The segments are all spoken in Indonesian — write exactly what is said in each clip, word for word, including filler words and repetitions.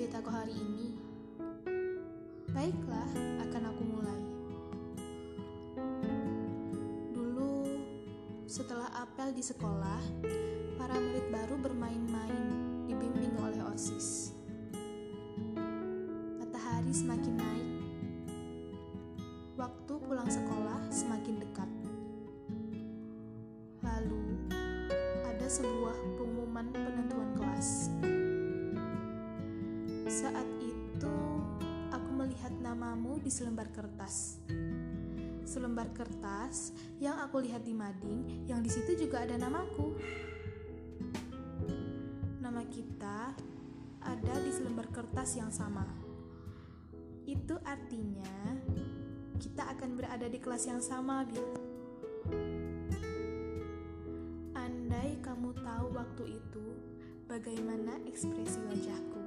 ceritaku hari ini. Baiklah, akan aku mulai. Dulu, setelah apel di sekolah, para murid baru bermain-main, dibimbing oleh OSIS. Matahari semakin naik. Waktu pulang sekolah semakin dekat. Lalu, ada sebuah pengumuman penentuan kelas. Saat itu, aku melihat namamu di selembar kertas. Selembar kertas yang aku lihat di mading, yang di situ juga ada namaku. Nama kita ada di selembar kertas yang sama. Itu artinya kita akan berada di kelas yang sama, Bil. Andai kamu tahu waktu itu bagaimana ekspresi wajahku.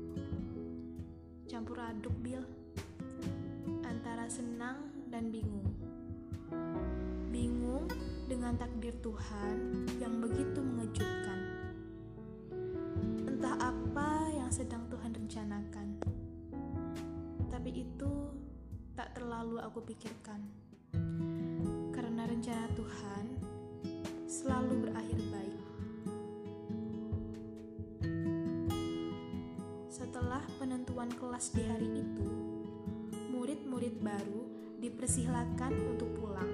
Campur aduk, Bil, antara senang dan bingung. Bingung dengan takdir Tuhan yang begitu mengejutkan. Entah apa yang sedang Tuhan rencanakan, tapi itu tak terlalu aku pikirkan, karena rencana Tuhan selalu berakhir baik. Setelah penentuan kelas di hari itu, murid-murid baru dipersilakan untuk pulang.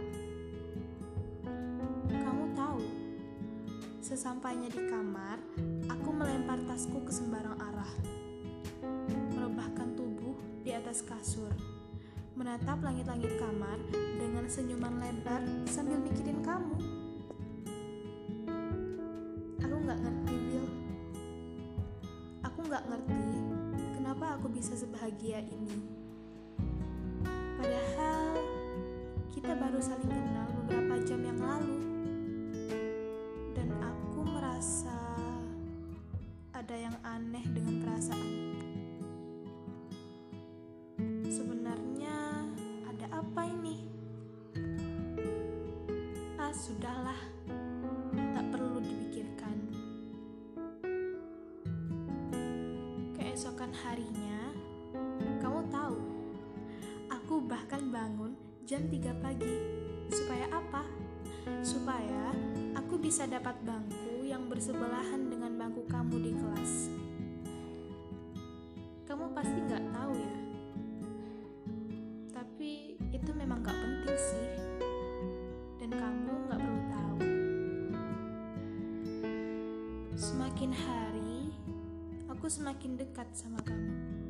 Kamu tahu, sesampainya di kamar, aku melempar tasku ke sembarang arah, merebahkan tubuh di atas kasur, menatap langit-langit kamar dengan senyuman lebar sambil mikirin kamu. Aku gak ngerti, Bill. Aku gak ngerti kenapa aku bisa sebahagia ini. Padahal kita baru saling kenal beberapa jam yang lalu. Dan aku merasa ada yang aneh dengan perasaan. Sebenarnya ada apa ini? Ah, sudahlah. Tak perlu dipikirkan. Keesokan harinya, kamu tahu, aku bahkan bangun jam tiga pagi. Supaya apa? Supaya aku bisa dapat bangku yang bersebelahan dengan bangku kamu di kelas. Kamu pasti gak tahu ya. Tapi itu memang gak penting sih. Dan kamu gak perlu tahu. Semakin hari, aku semakin dekat sama kamu.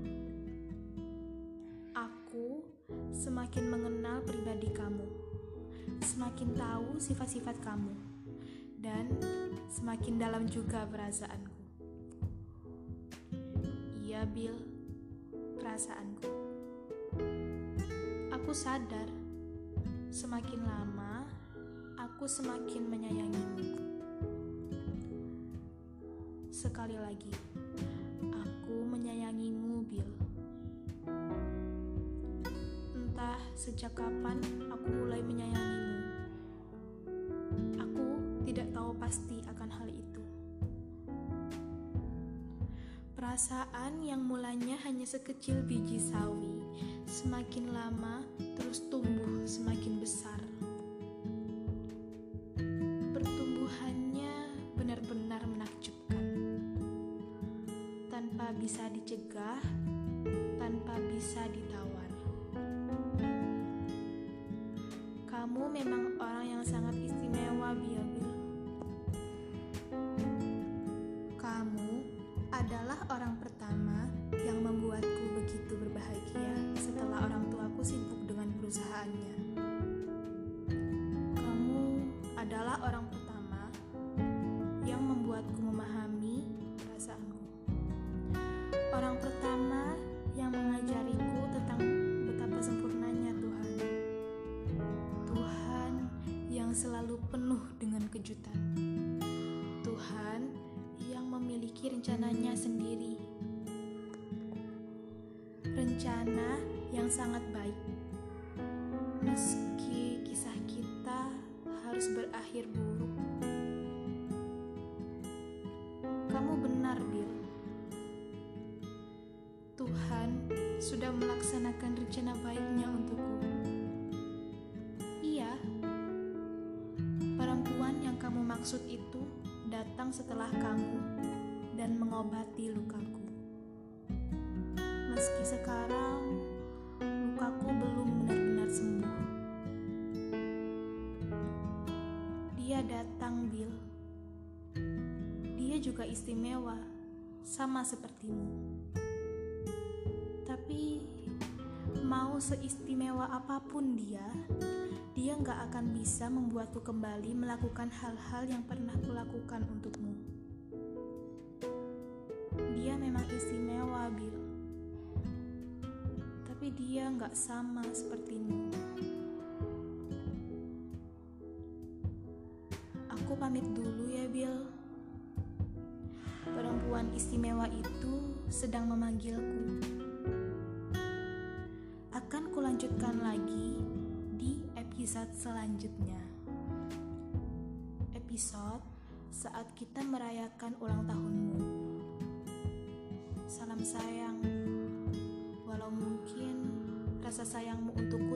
Aku semakin mengenal pribadi kamu, semakin tahu sifat-sifat kamu, dan semakin dalam juga perasaanku. Iya, Bill, perasaanku. Aku sadar, semakin lama, aku semakin menyayangimu. Sekali lagi, aku menyayangimu, Bill. Entah sejak kapan aku mulai menyayangimu. Aku tidak tahu pasti akan hal itu. Perasaan yang mulanya hanya sekecil biji sawi, semakin lama terus tumbuh semakin besar. Pertumbuhannya benar-benar menakjubkan. Tanpa bisa dicegah, tanpa bisa ditawar. Kamu memang orang yang sangat istimewa, Bill. Kamu adalah orang pertama yang membuatku begitu berbahagia setelah orang tuaku sibuk dengan perusahaannya. Kamu adalah orang pertama yang membuatku memahami perasaanku. Orang pertama yang mengajariku tentang betapa sempurnanya Tuhan. Tuhan yang selalu penuh dengan kejutan. Tuhan yang memiliki rencananya sendiri. Rencana yang sangat baik. Meski kisah kita harus berakhir buruk. Kamu benar, Bill. sudah melaksanakan rencana baiknya untukku. Iya, perempuan yang kamu maksud itu datang setelah kamu dan mengobati lukaku. Meski sekarang lukaku belum benar-benar sembuh. Dia datang, Bill. Dia juga istimewa, sama sepertimu. Tapi mau seistimewa apapun dia, dia gak akan bisa membuatku kembali melakukan hal-hal yang pernah kulakukan untukmu. Dia memang istimewa, Bill. Tapi dia gak sama sepertimu. Aku pamit dulu ya, Bill. Perempuan istimewa itu sedang memanggilku. Akan kulanjutkan lagi di episode selanjutnya. Episode saat kita merayakan ulang tahunmu. Salam sayang. Walau mungkin rasa sayangmu untukku